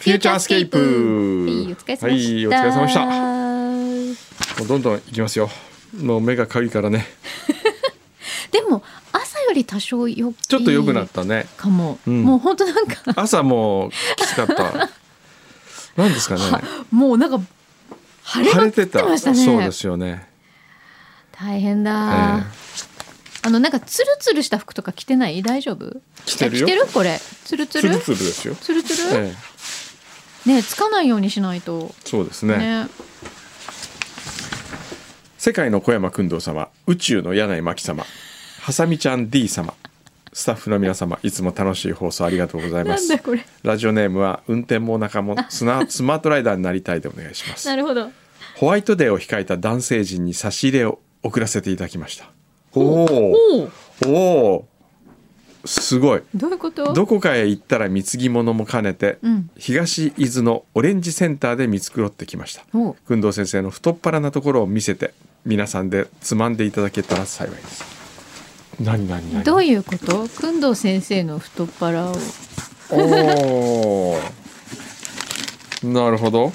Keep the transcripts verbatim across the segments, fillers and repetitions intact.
フューチャースケープ。はい、 お疲れ様でした。 はい、お疲れ様でした。もうどんどんいきますよ。もう目がかゆいからね。 でも朝より多少よちょっと良くなったね。 かも。 うん、 もう本当なんか朝もうきつかった。なんですかね。 もうなんか晴れまくってましたね。 そうですよね。 大変だ。えー、あのなんかツルツルした服とか着てない？大丈夫？ 着てるよ。 着てる？これツルツル？ ツルツルですよ。 ツルツル？えー、ね、つかないようにしないと。 そうですね。 ね、 世界の小山君堂様、宇宙の柳井真紀様、はさみちゃん D 様、スタッフの皆様、いつも楽しい放送ありがとうございます。 なんだこれ。 ラジオネームは運転もお腹もスナスマートライダーになりたいでお願いします。 なるほど。 ホワイトデーを控えた男性陣に差し入れを送らせていただきました。おおおお、すごい。 どういうこと？ どこかへ行ったら貢ぎ物も兼ねて、うん、東伊豆のオレンジセンターで見繕ってきました。訓導先生の太っ腹なところを見せて皆さんでつまんでいただけたら幸いです。何何何？ どういうこと？訓導先生の太っ腹を。 おー、なるほど。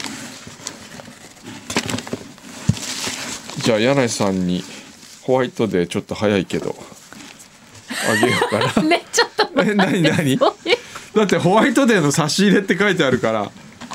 じゃあ柳井さんにホワイトデーちょっと早いけどあげようかな。 ね、ちょっと待って。 何何？だってホワイトデーの差し入れって書いてあるから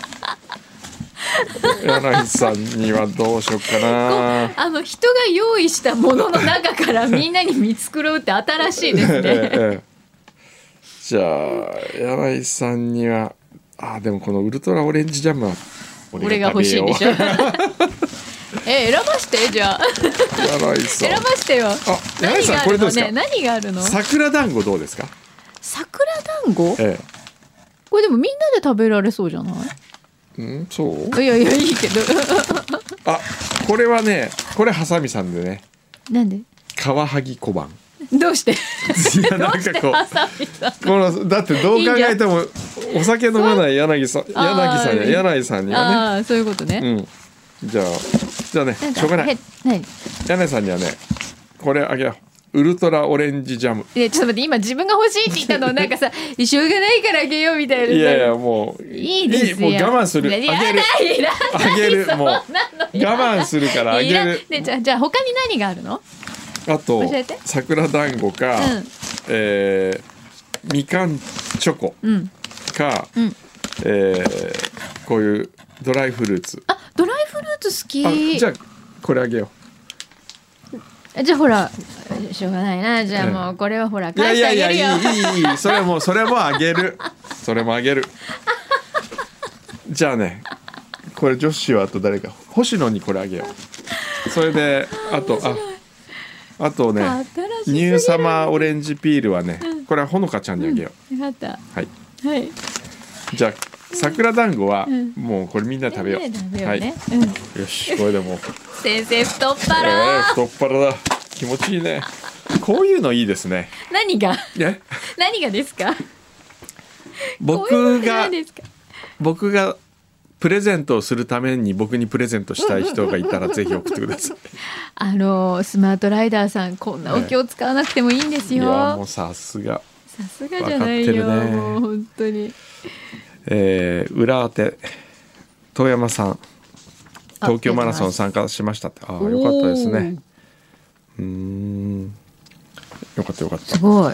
柳井さんにはどうしようかな。 あの人が用意したものの中からみんなに見繕うって新しいですね。ええ、 じゃあ柳井さんにはあ、でもこのウルトラオレンジジャムは俺が欲しいんでしょ。え、選ばしてじゃあ。 柳井さん。 選ばしてよ。あ、 柳井さんこれどうですか？ 何があるの？ 桜団子どうですか？ 桜団子？ええ、これでもみんなで食べられそうじゃない？ うん、そう？ いやいや、いいけど。 あ、これはね、これハサミさんでね。 なんで？ カワハギ小判。 どうして？ いや、なんかこう、このだってどう考えてもお酒飲まない柳さん、柳さんや柳さんにはね。 ああ、そういうことね。 うん。じゃあ、じゃあね、しょうがない。柳さんにはね、これあげよう。ウルトラオレンジジャム。 いや、ちょっと待って、今自分が欲しいって言ったのなんかさ、しょうがないからあげようみたいな。 いやいや、もういいですよ。 もう我慢する。あげる。あげる。もう我慢するからあげる。 で、じゃあ、じゃあ他に何があるの？ あと桜団子か、うん、えー、みかんチョコか、うん、えー、こういうドライフルーツ。 あ、ドライフルーツ好き。 じゃあこれあげよう。じゃあほら、しょうがないな。じゃあもうこれはほら返してあげるよ。いやいやいや、いいいいいい、それもそれもあげる。それもあげる。じゃあね、これ女子はあと誰か、星野にこれあげよう。それであとあ。あとね、ニューサマーオレンジピールはね、うん、これはほのかちゃんにあげよう。 うん、よかった。 はい。 はい。 じゃあ桜団子は、うん、もうこれみんな食べよう。 みんなで食べようね。 はい。うん、よし、これでも先生太っ腹、 えー、太っ腹だ。気持ちいいね。こういうのいいですね。 何が？ え？ 何がですか？ 僕が僕がプレゼントをするために僕にプレゼントしたい人がいたらぜひ送ってください。 あのスマートライダーさん、こんなお気を使わなくてもいいんですよ。 いや、もうさすがさすがじゃないよ、ね、もう本当に。 えー、裏当て遠山さん、東京マラソン参加しましたって。ああ、よかったですね。うーん、よかったよかった。 すごい。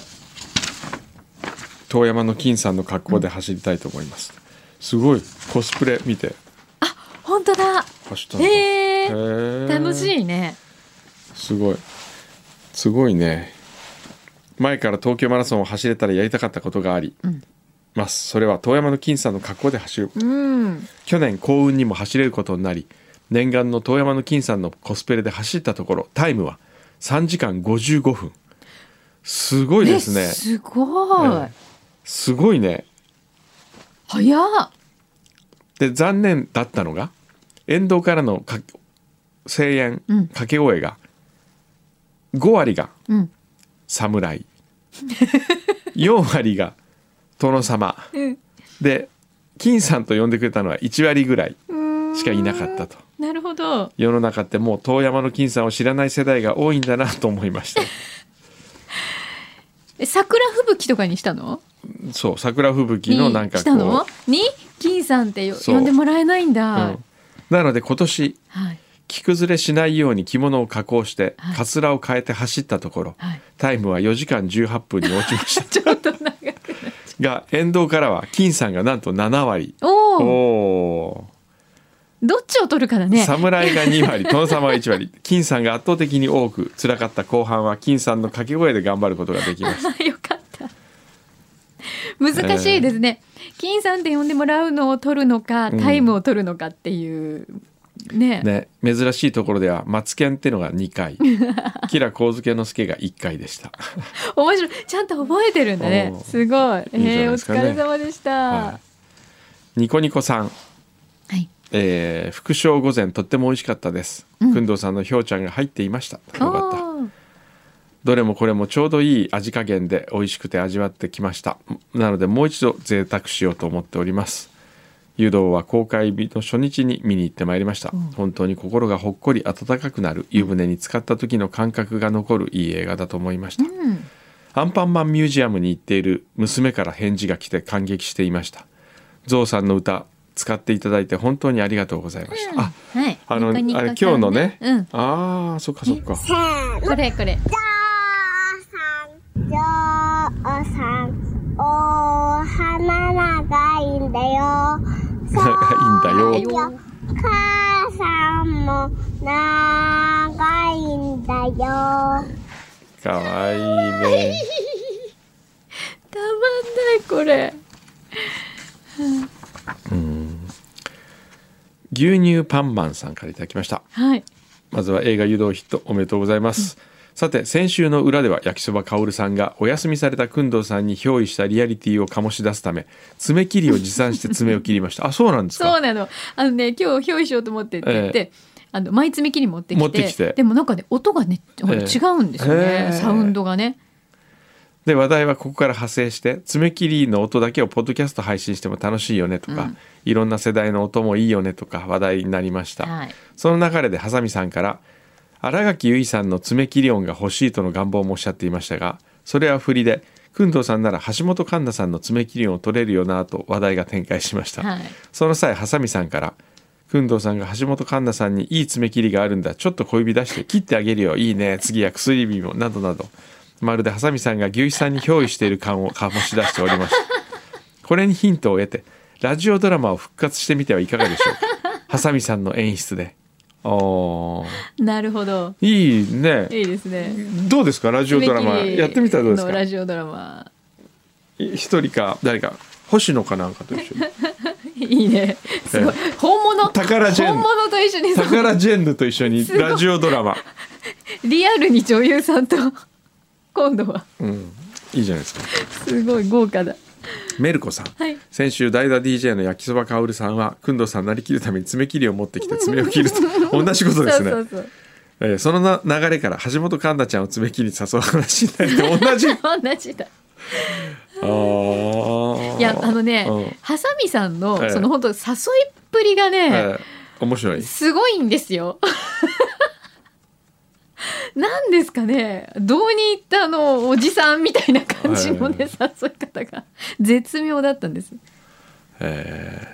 遠山の金さんの格好で走りたいと思います。うん、すごいコスプレ見て。 あ、本当だ。 走ったんだ。 へー、楽しいね。 すごいすごいね。前から東京マラソンを走れたらやりたかったことがあります、うん、それは遠山の金さんの格好で走ること、うん、去年幸運にも走れることになり、念願の遠山の金さんのコスプレで走ったところ、タイムはさんじかんごじゅうごふん。すごいですね。 すごい、ね、 すごいね。 早っ。 で、残念だったのが沿道からの声援、うん、掛け声がごわりが侍、うん、よんわりが殿様、うん、で金さんと呼んでくれたのはいちわりぐらいしかいなかったと。 なるほど。 世の中ってもう遠山の金さんを知らない世代が多いんだなと思いました。 桜吹雪とかにしたの？ そう、桜吹雪のなんかこうしたのに金さんってよそう呼んでもらえないんだ、 うん、なので今年、 はい、 着崩れしないように着物を加工して、 はい、 カツラを変えて走ったところ、 はい、 タイムはよじかんじゅうはっぷんに落ちましたちょっと長くなっちゃうが沿道からは金さんがなんとななわり、 おおどっちを取るかだね。 侍がにわり殿様がいちわり、金さんが圧倒的に多く、辛かった後半は金さんの掛け声で頑張ることができましたよかった難しいですね、えー、金さんって呼んでもらうのを取るのか、タイムを取るのかっていうね、 ね、珍しいところではマツケンっていうのがにかい吉良上野之助がいっかいでした面白い、ちゃんと覚えてるんだね、すごい、 いいじゃないえー、おですかね。 疲れ様でした、 はい、ニコニコさん、 はい、 えー、副賞御膳とっても美味しかったです。く、うんどうさんのひょうちゃんが入っていました。よかった。どれもこれもちょうどいい味加減で美味しくて味わってきました。なのでもう一度贅沢しようと思っております。湯道は公開日の初日に見に行ってまいりました、うん、本当に心がほっこり温かくなる、湯船に浸かった時の感覚が残るいい映画だと思いました、うん、アンパンマンミュージアムに行っている娘から返事が来て感激していました。ゾウさんの歌使っていただいて本当にありがとうございました、うん、あ、 はい、 あのニコニコさんね、 あれ今日のね、 うん、 ああそっかそっか、 これこれゾウさんお花長いんだよ長いんだよ、 母さんも長いんだよ。 かわいいねたまんないこれうん、牛乳パンマンさんからいただきました、 はい、 まずは映画湯道ヒットおめでとうございます、うん、さて先週の裏では焼きそばかおるさんがお休みされたくんどうさんに憑依したリアリティを醸し出すため爪切りを持参して爪を切りましたあ、そうなんですか。 そうなの、あのね今日憑依しようと思ってって言って、えーあの前爪切り持ってきて、 持ってきて、 でもなんかね音がねほら違うんですよね、 えー、 サウンドがね。 で話題はここから派生して爪切りの音だけをポッドキャスト配信しても楽しいよねとか、うん、いろんな世代の音もいいよねとか話題になりました、はい、その流れでハサミさんから新垣結衣さんの爪切り音が欲しいとの願望もおっしゃっていましたが、それは振りでくんどうさんなら橋本環奈さんの爪切り音を取れるよなと話題が展開しました、はい、その際ハサミさんからくんどうさんが橋本環奈さんにいい爪切りがあるんだ、ちょっと小指出して切ってあげるよ、いいね、次は薬指もなどなど、まるでハサミさんが牛肥さんに憑依している感を醸し出しておりましたこれにヒントを得てラジオドラマを復活してみてはいかがでしょうかハサミさんの演出で。おなるほど、 いいね、 いいですね。 どうですかラジオドラマやってみたらどうですか。 ラジオドラマ一人か誰か星野かなんかと一緒にいいね、すごい、え本物宝ジェン本物と一緒に宝ジェンヌと一緒にラジオドラマリアルに女優さんと今度は、 うん、いいじゃないですか。 すごい豪華だ。 メルコさん、はい、先週代打 ディージェー の焼きそばかおるさんはくんどうさんなりきるために爪切りを持ってきて爪を切ると同じことですね。そうそうそう、えー、そのな流れから橋本環奈ちゃんを爪切りに誘う話になって同じ同じだ。 あいやあのね、うん、ハサミさんの、えー、その本当誘いっぷりがね、えー、 面白い、 すごいんですよなんですかね、どうにいったあのおじさんみたいな感じのね、はい、誘い方が絶妙だったんです。 え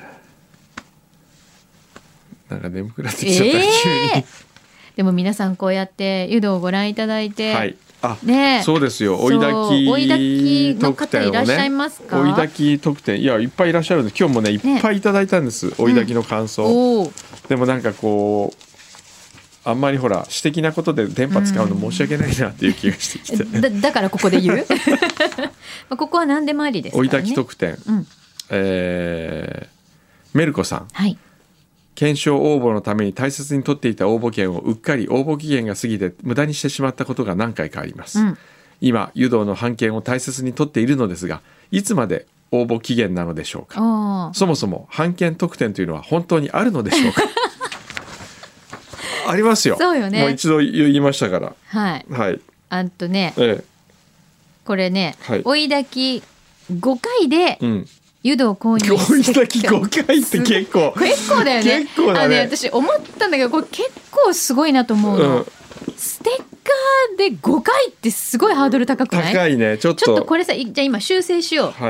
ー、なんか眠くなってきちゃった、えー、急に。 でも皆さんこうやって湯道をご覧いただいて、 はい、あ、 ね、 そうですよ、追い炊き追い炊きの方いらっしゃいますか。 追い炊き特典、いやいっぱいいらっしゃるんです。今日もねいっぱいいただいたんです、ね、追い炊きの感想、うん、でもなんかこうあんまりほら私的なことで電波使うの申し訳ないなっていう気がしてきて、うん、 だ, だからここで言うここは何でもありですからね。 追い炊き特典、うん、えー、メルコさん、 はい、 検証応募のために大切に取っていた応募券をうっかり応募期限が過ぎて無駄にしてしまったことが何回かあります、うん、今湯道の版権を大切に取っているのですが、いつまで応募期限なのでしょうか。そもそも版権特典というのは本当にあるのでしょうかありますよ。 そうよね。 もう一度言いましたから。 はい。 はい。 あとね、 ええ、 これね、 はい、 追い炊きごかいで湯道購入追い炊きごかいって結構結構だよね。 結構だね。 あのね、私思ったんだけどこれ結構すごいなと思うの、うん、ステッカーでごかいってすごいハードル高くない？ 高いね。ちょっとちょっとこれさ、じゃあ今修正しよう。 はい。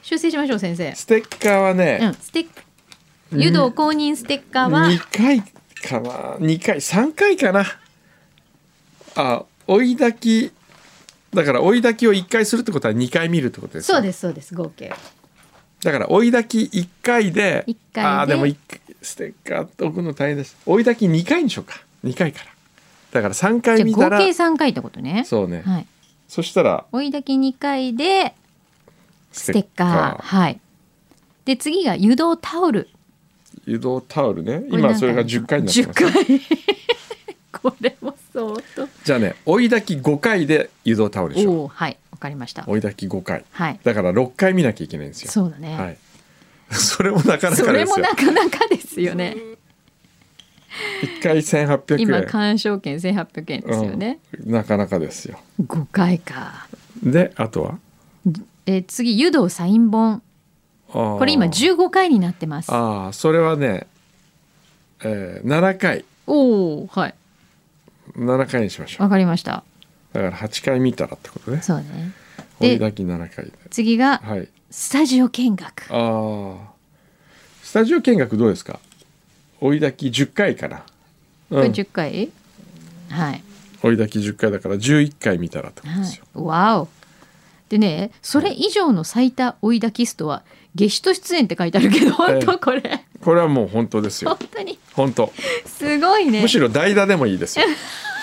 修正しましょう先生。 ステッカーはね、 うん、ステッ湯道公認ステッカーはにかいかなにかいさんかいかなあ追い焚きだから追い焚きをいっかいするってことはにかい見るってことですよ。 そうですそうです合計だから追い焚きいっかいでいっかいであでもいっかいステッカー置くの大変です追い焚きにかいにしようかにかいからだからさんかい見たら合計さんかいってことね。 そうね、 はい、 そしたら追い焚きにかいでステッカーはいで次が湯道タオル湯道タオルね今それがじゅっかいになってますじゅっかいこれも相当じゃあね追い焚きごかいで湯道タオルでしょう。 おはいわかりました。 追い焚きごかい、 はい、 だからろっかい見なきゃいけないんですよ。 そうだね、 はい、それもなかなかですよ。 それもなかなかですよね。 いっかいせんはっぴゃくえん今鑑賞券せんはっぴゃくえんですよね、 うん、なかなかですよ。 ごかいか。 であとはで次湯道サイン本これ今じゅうごかいになってます。 ああそれはね、えー、ななかいおおはいななかいにしましょう。 わかりました。 だからはちかい見たらってことね。 そうね。 追い焚きななかいで次がはいスタジオ見学、 ああスタジオ見学どうですか。追い焚きじゅっかいかな、 これじゅっかい、うん、はい追い焚きじゅっかいだからじゅういっかい見たらってことですよ、 はい、わおでねそれ以上の最多追い焚きストはゲスト出演って書いてあるけど本当これ、ええ、 これはもう本当ですよ。 本当に本当すごいね。 むしろ代打でもいいですよ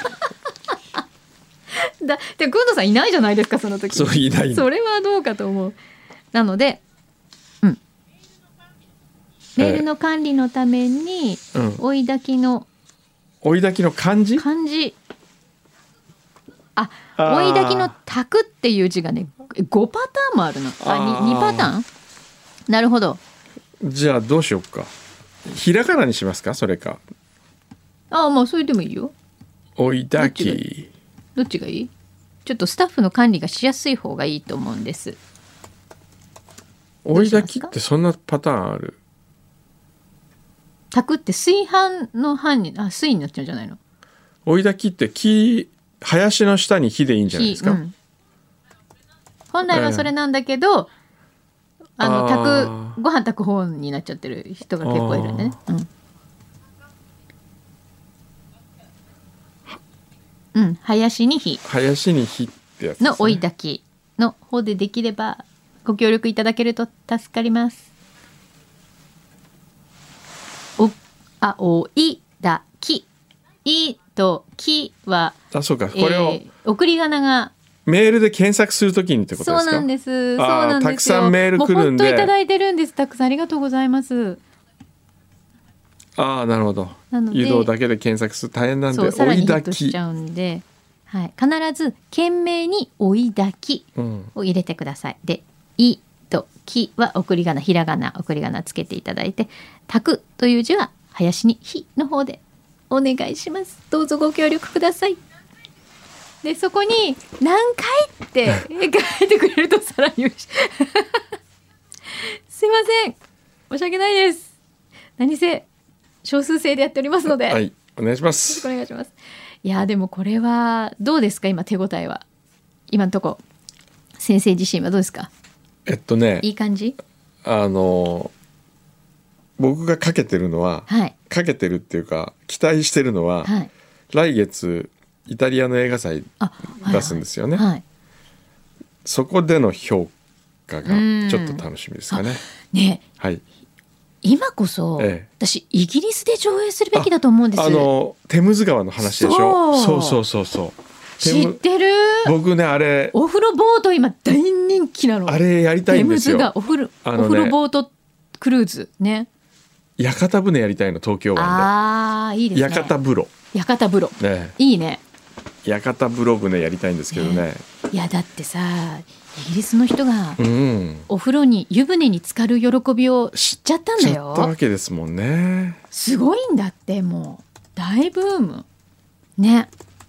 だでくんどさんいないじゃないですかその時。 そういないそれはどうかと思う。なので、うん、メールの管理のために、 うん、 追い焚きの追い焚きの漢字漢字あ追い焚きの卓っていう字がねごパターンもあるの。あ 2, 2パターンなるほど。 じゃあどうしようか。ひらがなにしますかそれか。 ああまあそれでもいいよ。 追い焚きどっちがいい？ちょっとスタッフの管理がしやすい方がいいと思うんです。 追い焚きってそんなパターンある？ 卓って炊飯の飯にあ水になっちゃうんじゃないの？ 追い焚きって木林の下に火でいいんじゃないですか、うん、 本来はそれなんだけど、えー、あの炊くご飯炊く方になっちゃってる人が結構いるんでね、うん、うん、林に火林に火ってやつですね、 の追い焚きの方でできればご協力いただけると助かります。おあおいだきいときはあそうかこれを、 えー、送り仮名がメールで検索するときにってことですか。 そうなんです。そうなんですよ。 たくさんメール来るんで。もう本当いただいてるんです。たくさんありがとうございます。 ああなるほど。湯道だけで検索する大変なんで追い焚きしちゃうんで、はい、必ず懸命に追い焚きを入れてください。うん、でいときは送り仮名ひらがな送り仮名つけていただいて炊くという字は林に火の方でお願いします。どうぞご協力ください。でそこに何回って書いてくれるとさらに嬉しいすいません申し訳ないです。何せ少数制でやっておりますので、 はい、お願いします。 よろしくお願いします。いやでもこれはどうですか今手応えは。今のとこ先生自身はどうですか。 えっとねいい感じ。 あの僕がかけてるのは、はい、かけてるっていうか期待してるのは、はい、来月イタリアの映画祭出すんですよね、はいはいはい、そこでの評価がちょっと楽しみですかね。 ね、 はい、 今こそ、ええ、私イギリスで上映するべきだと思うんです。 あ, あのテムズ川の話でしょ。そうそうそうそう知ってる。 僕ねあれお風呂ボート今大人気なの。 あれやりたいんですよ。 テムズ川お風呂、あのね、お風呂ボートクルーズね。 屋形船やりたいの東京湾で。 ああいいですね。 屋形風呂屋形風呂、ね、いいね。 屋形風呂船やりたいんですけどね、 いやだってさイギリスの人がお風呂に湯船に浸かる喜びを知っちゃったんだよ。知ったわけですもんね。 すごいんだってもう大ブームね。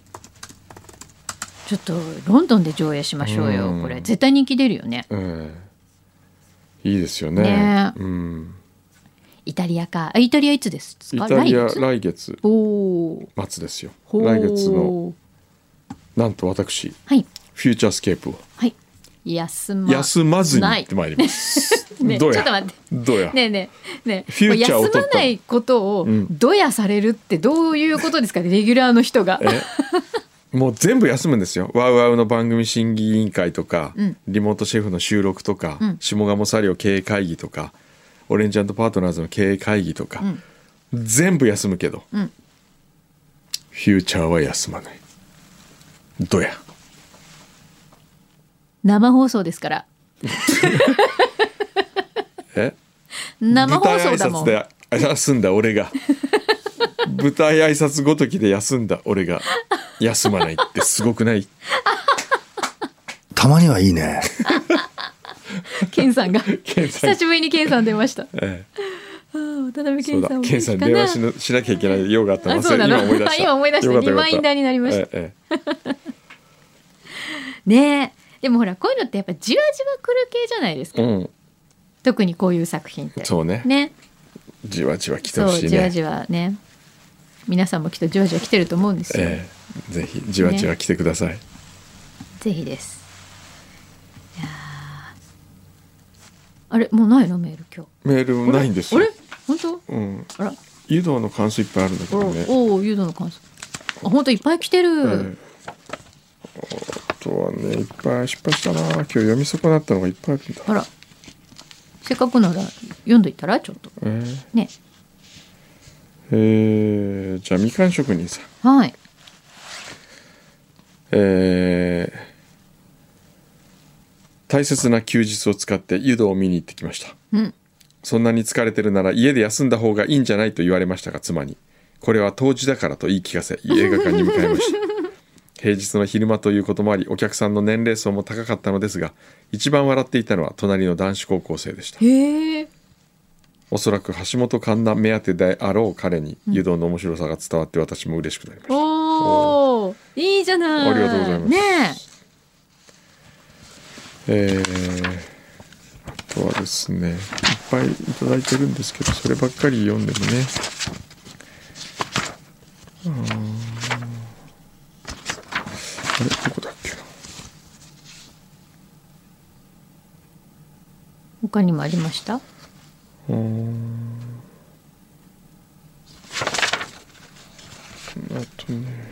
ちょっとロンドンで上映しましょうよ、うん、これ絶対人気出るよね、うん、 いいですよ ね, ね、うん、 イタリアか。イタリアいつですか。 イタリア来月末ですよ。来月のなんと私、はい、フューチャースケープを休ま休まずに行ってまいりますね、 どうやちょっと待ってどうやねえねえねえフューチャーを取った休まないことをうんどやされるってどういうことですかね、レギュラーの人が。 えもう全部休むんですよ。ワウワウの番組審議委員会とか、 うんリモートシェフの収録とか、 うん下鴨サリオ経営会議とか、オレンジ&パートナーズの経営会議とか、全部休むけど、 うんフューチャーは休まない。どや生放送ですからえ生放送だもん。 舞台挨拶で休んだ俺が舞台挨拶ごときで休んだ俺が休まないってすごくない？ たまにはいいね。 ケンさんがケンさん久しぶりにケンさん出ました。 ええあー渡辺ケそうだンさんおケンさん元気かな。 電話しのしなきゃいけない用があったのあそうなの今思い出した今思い出したよかったよかったリマインダーになりましたえええねえでもほらこういうのってやっぱじわじわくる系じゃないですか、 えうん特にこういう作品ってそうねねじわじわ来てそほしいねうじわじわね皆さんもきっとじわじわ来てると思うんですよ、 ええぜひじわじわ来てください、 ぜひです。いやーあれもうないのメール今日。 メールないんですよあれ本当？ うんあら湯道の感想いっぱいあるんだけどね、 おおユードの感想。あ本当いっぱい来てる。 ええあとはねいっぱい失敗したな今日読み損なったのがいっぱいあるんだあらせっかくなら読んどいたらちょっとえね。 ーえーじゃあみかん職人さんはい。 えー大切な休日を使って湯道を見に行ってきました、 うん。 そんなに疲れてるなら家で休んだ方がいいんじゃないと言われましたが妻にこれは冬至だからと言い聞かせ映画館に向かいました平日の昼間ということもありお客さんの年齢層も高かったのですが一番笑っていたのは隣の男子高校生でしたへえ。 おそらく橋本環奈目当てであろう彼に湯道の面白さが伝わって私も嬉しくなりました、 おおいいじゃない。 ありがとうございますねえー、あとはですねいっぱいいただいてるんですけどそればっかり読んでもねあーあれどこだっけなえ。他にもありました。 うーんあとね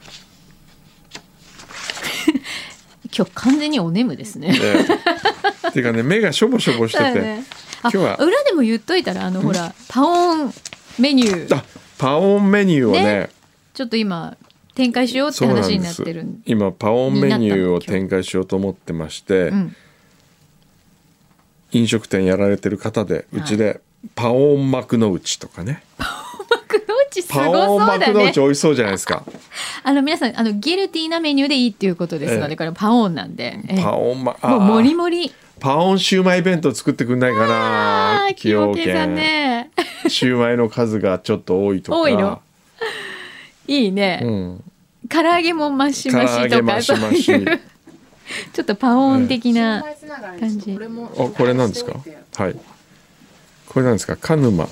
今日完全にお眠ですね。 えーてかね目がしょぼしょぼしてて、 だよねあ今日は裏でも言っといたらあのほらパオンメニューあパオンメニューをねねちょっと今展開しようってそうなん話にですなってるん今パオンメニューを展開しようと思ってまして、 うん飲食店やられてる方でうちでパオン幕の内とかね、 幕の内すごパオンそうだ幕のね内美味しそうじゃないですかあの皆さんあのギルティーなメニューでいいっていうことですので、 ええこれパオンなんで、ええパオンまあもうもりもりパオンシューマイ弁当作ってくんないかあなー崎陽軒さんねシューマイの数がちょっと多いとか多いのいいね、 うん唐揚げもマシマシ唐揚げとかそうマシマシいうちょっとパオン的な感じ、 あこれなんですかはいこれなんですか鹿沼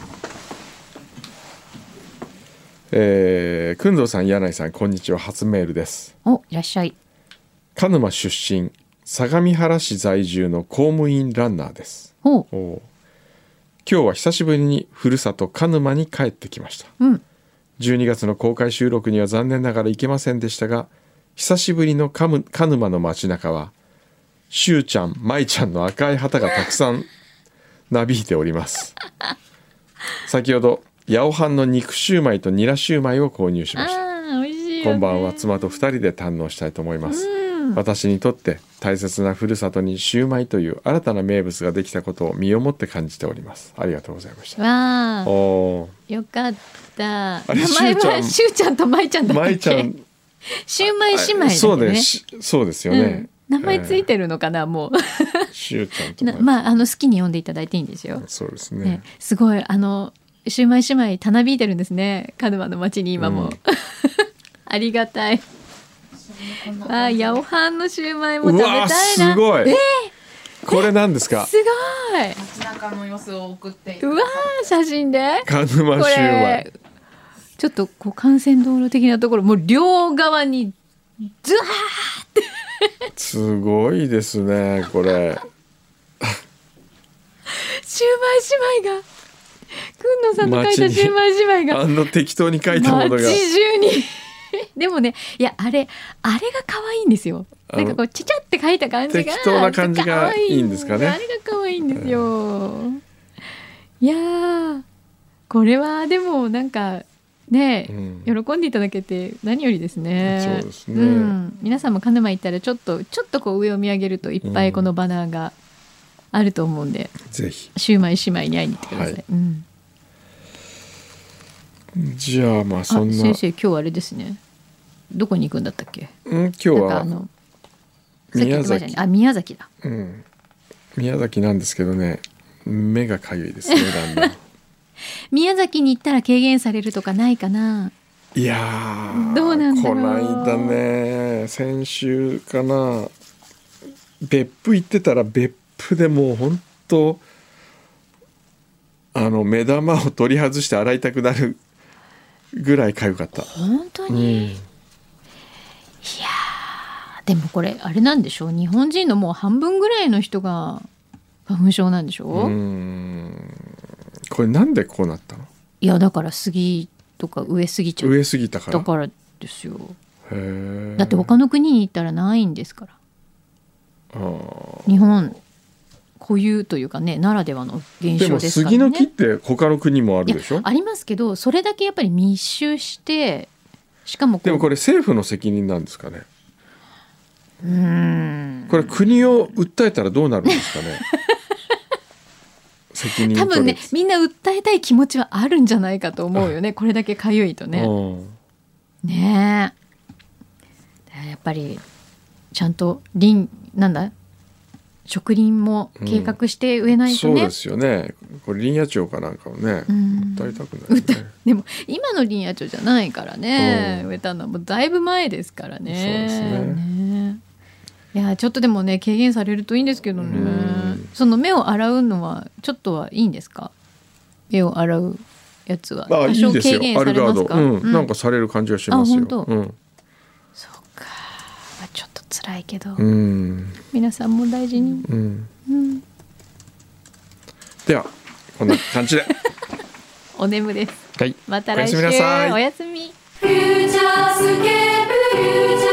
えー、くんどうさん柳井さんこんにちは初メールですおいらっしゃい。 鹿沼出身相模原市在住の公務員ランナーですおう、 おう今日は久しぶりにふるさと鹿沼に帰ってきましたうん、 じゅうにがつの公開収録には残念ながら行けませんでしたが久しぶりの鹿沼の街中はしゅうちゃんまいちゃんの赤い旗がたくさんなびいております先ほど八百半の肉シューマイとニラシューマイを購入しましたあー美味しいよね。 今晩は妻とふたりで堪能したいと思います、 うん、 私にとって大切なふるさとにシューマイという新たな名物ができたことを身をもって感じておりますありがとうございましたわあおーよかった。 あれ名前しゅうちゃんはしゅうちゃんとまいちゃんだったっけ。 まいちゃんシューマイ姉妹だよね。 そうですそうですよね、 うん、名前ついてるのかな、もう。 しゅうちゃんとなまああの好きに読んでいただいていいんですよ。 そうですねね、すごいあのシューマイ姉妹たなびいてるんですね。鹿沼の町に今も。 うんありがたい。あ八百半のシューマイも食べたいな。 うわすごい、 えこれなんですかすごい。 街中の様子を送ってうわー写真で。 鹿沼シューマこイれちょっとこう幹線道路的なところもう両側にズワーってすごいですねこれ。 シューマイ姉妹がくんのさんの書いたシューマイ姉妹があの適当に書いたものが街中にでもね、いやあれあれが可愛いんですよ。なんかこうちちゃって書いた感じが適当な感じがいいんですかね。 あれが可愛いんですよ。いやーこれはでもなんかね、うん、喜んでいただけて何よりですね。 そうですね、 うん、皆さんも鹿沼行ったらちょっとちょっとこう上を見上げるといっぱいこのバナーがあると思うんで、 うん、ぜひシューマイ姉妹に会いに行ってください、はい、うん、 じゃあまあそんな。 先生今日はあれですね、どこに行くんだったっけ。 うん、今日はあの宮崎。 あ、宮崎だ、 うん、宮崎なんですけどね、目がかゆいですねだんだん宮崎に行ったら軽減されるとかないかな。 いやーどうなんだろう。 こないだね、先週かな、別府行ってたら別府でもう本当あの目玉を取り外して洗いたくなるぐらいかゆかった。 本当に、うん、いやでもこれあれなんでしょう、日本人のもう半分ぐらいの人が花粉症なんでしょう。うーん、 これなんでこうなったの。 いやだから杉とか植えすぎちゃう、 植えすぎたからだからですよ。 へー、 だって他の国に行ったらないんですから。 あ、 日本固有というかね、ならではの現象ですからね。 でも杉の木って他の国もあるでしょ。 ありますけど、それだけやっぱり密集して、しかもこうでもこれ政府の責任なんですかね。 うーん、 これ国を訴えたらどうなるんですかね責任多分ね、みんな訴えたい気持ちはあるんじゃないかと思うよね、これだけかゆいとね。ねえ、やっぱりちゃんと林なんだ植林も計画して植えないとね、うん、 そうですよね。これ林野庁かなんかをね、うん、訴えたくない、ね、 でも今の林野庁じゃないからね、うん、植えたのはもうだいぶ前ですからね。 そうですね。 ね、いやちょっとでもね軽減されるといいんですけどね。その目を洗うのはちょっとはいいんですか。目を洗うやつは多少軽減されますか。 あ、いいですよ。アルガード、うんうん、なんかされる感じはしますよ。 あ、本当、 うん、 そうか、ちょっと辛いけど、 うん、 皆さんも大事に、 うんうん、 ではこんな感じでお眠です、 はい、 また来週おやすみなさい。 おやすみ。 フューチャースケープ